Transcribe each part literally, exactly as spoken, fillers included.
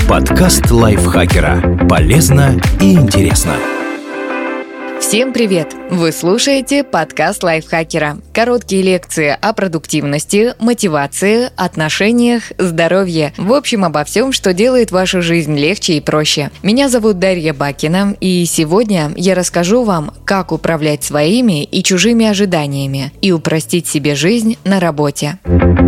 Подкаст лайфхакера. Полезно и интересно. Всем привет! Вы слушаете подкаст лайфхакера. Короткие лекции о продуктивности, мотивации, отношениях, здоровье. В общем, обо всем, что делает вашу жизнь легче и проще. Меня зовут Дарья Бакина, и сегодня я расскажу вам, как управлять своими и чужими ожиданиями и упростить себе жизнь на работе.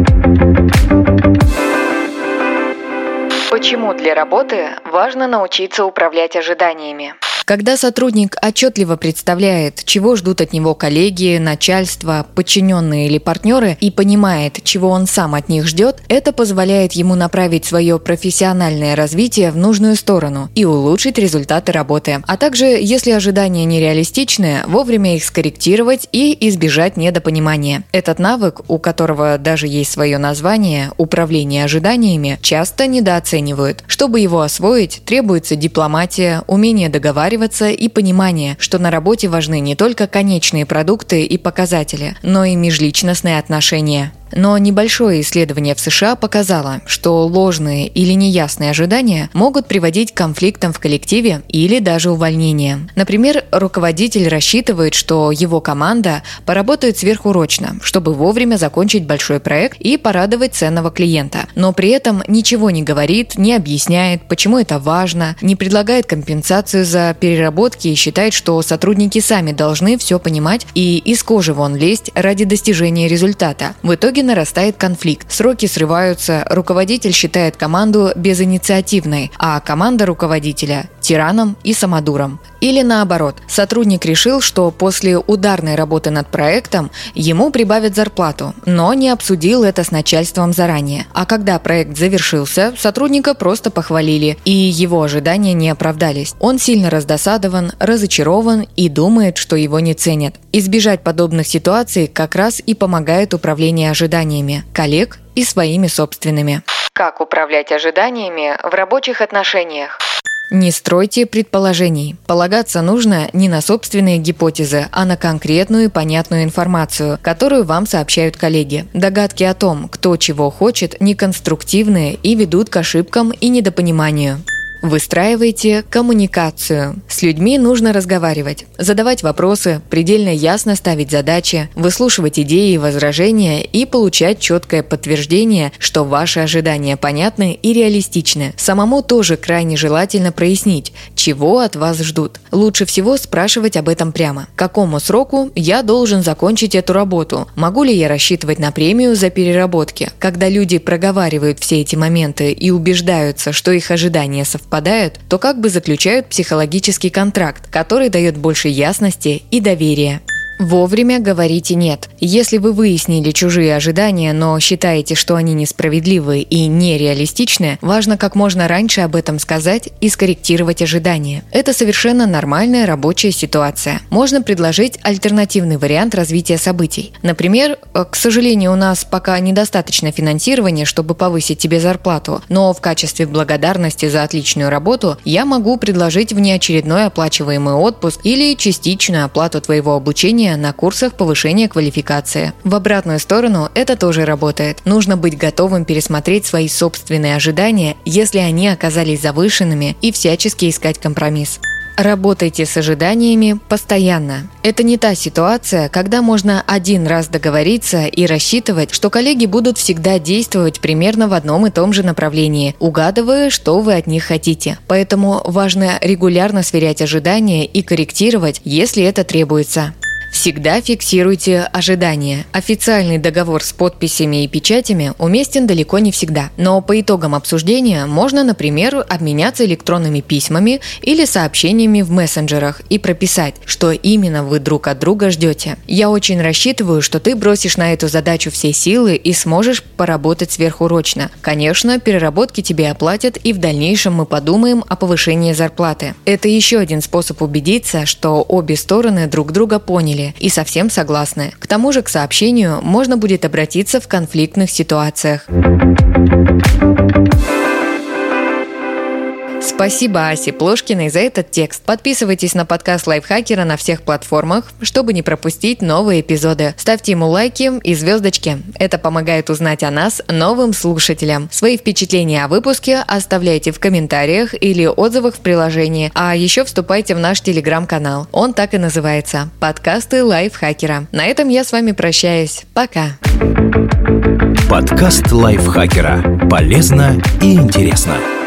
Почему для работы важно научиться управлять ожиданиями? Когда сотрудник отчетливо представляет, чего ждут от него коллеги, начальство, подчиненные или партнеры, и понимает, чего он сам от них ждет, это позволяет ему направить свое профессиональное развитие в нужную сторону и улучшить результаты работы. А также, если ожидания нереалистичны, вовремя их скорректировать и избежать недопонимания. Этот навык, у которого даже есть свое название – управление ожиданиями, часто недооценивают. Чтобы его освоить, требуется дипломатия, умение договариваться и понимание, что на работе важны не только конечные продукты и показатели, но и межличностные отношения. Но небольшое исследование в США показало, что ложные или неясные ожидания могут приводить к конфликтам в коллективе или даже увольнениям. Например, руководитель рассчитывает, что его команда поработает сверхурочно, чтобы вовремя закончить большой проект и порадовать ценного клиента, но при этом ничего не говорит, не объясняет, почему это важно, не предлагает компенсацию за переработки и считает, что сотрудники сами должны все понимать и из кожи вон лезть ради достижения результата. В итоге нарастает конфликт, сроки срываются, руководитель считает команду безинициативной, а команда руководителя – тираном и самодуром. Или наоборот, сотрудник решил, что после ударной работы над проектом ему прибавят зарплату, но не обсудил это с начальством заранее. А когда проект завершился, сотрудника просто похвалили, и его ожидания не оправдались. Он сильно раздосадован, разочарован и думает, что его не ценят. Избежать подобных ситуаций как раз и помогает управление ожиданиями коллег и своими собственными. Как управлять ожиданиями в рабочих отношениях? Не стройте предположений. Полагаться нужно не на собственные гипотезы, а на конкретную и понятную информацию, которую вам сообщают коллеги. Догадки о том, кто чего хочет, неконструктивные и ведут к ошибкам и недопониманию. Выстраивайте коммуникацию. С людьми нужно разговаривать, задавать вопросы, предельно ясно ставить задачи, выслушивать идеи и возражения и получать четкое подтверждение, что ваши ожидания понятны и реалистичны. Самому тоже крайне желательно прояснить, чего от вас ждут. Лучше всего спрашивать об этом прямо. К какому сроку я должен закончить эту работу? Могу ли я рассчитывать на премию за переработки? Когда люди проговаривают все эти моменты и убеждаются, что их ожидания совпадают, Попадают, то как бы заключают психологический контракт, который дает больше ясности и доверия. Вовремя говорите «нет». Если вы выяснили чужие ожидания, но считаете, что они несправедливы и нереалистичны, важно как можно раньше об этом сказать и скорректировать ожидания. Это совершенно нормальная рабочая ситуация. Можно предложить альтернативный вариант развития событий. Например, к сожалению, у нас пока недостаточно финансирования, чтобы повысить тебе зарплату, но в качестве благодарности за отличную работу я могу предложить внеочередной оплачиваемый отпуск или частичную оплату твоего обучения на курсах повышения квалификации. В обратную сторону это тоже работает. Нужно быть готовым пересмотреть свои собственные ожидания, если они оказались завышенными, и всячески искать компромисс. Работайте с ожиданиями постоянно. Это не та ситуация, когда можно один раз договориться и рассчитывать, что коллеги будут всегда действовать примерно в одном и том же направлении, угадывая, что вы от них хотите. Поэтому важно регулярно сверять ожидания и корректировать, если это требуется. Всегда фиксируйте ожидания. Официальный договор с подписями и печатями уместен далеко не всегда. Но по итогам обсуждения можно, например, обменяться электронными письмами или сообщениями в мессенджерах и прописать, что именно вы друг от друга ждете. Я очень рассчитываю, что ты бросишь на эту задачу все силы и сможешь поработать сверхурочно. Конечно, переработки тебе оплатят, и в дальнейшем мы подумаем о повышении зарплаты. Это еще один способ убедиться, что обе стороны друг друга поняли и совсем согласны. К тому же к сообщению можно будет обратиться в конфликтных ситуациях. Спасибо Асе Плошкиной за этот текст. Подписывайтесь на подкаст Лайфхакера на всех платформах, чтобы не пропустить новые эпизоды. Ставьте ему лайки и звездочки. Это помогает узнать о нас новым слушателям. Свои впечатления о выпуске оставляйте в комментариях или отзывах в приложении. А еще вступайте в наш телеграм-канал. Он так и называется – «Подкасты Лайфхакера». На этом я с вами прощаюсь. Пока. Подкаст Лайфхакера. Полезно и интересно.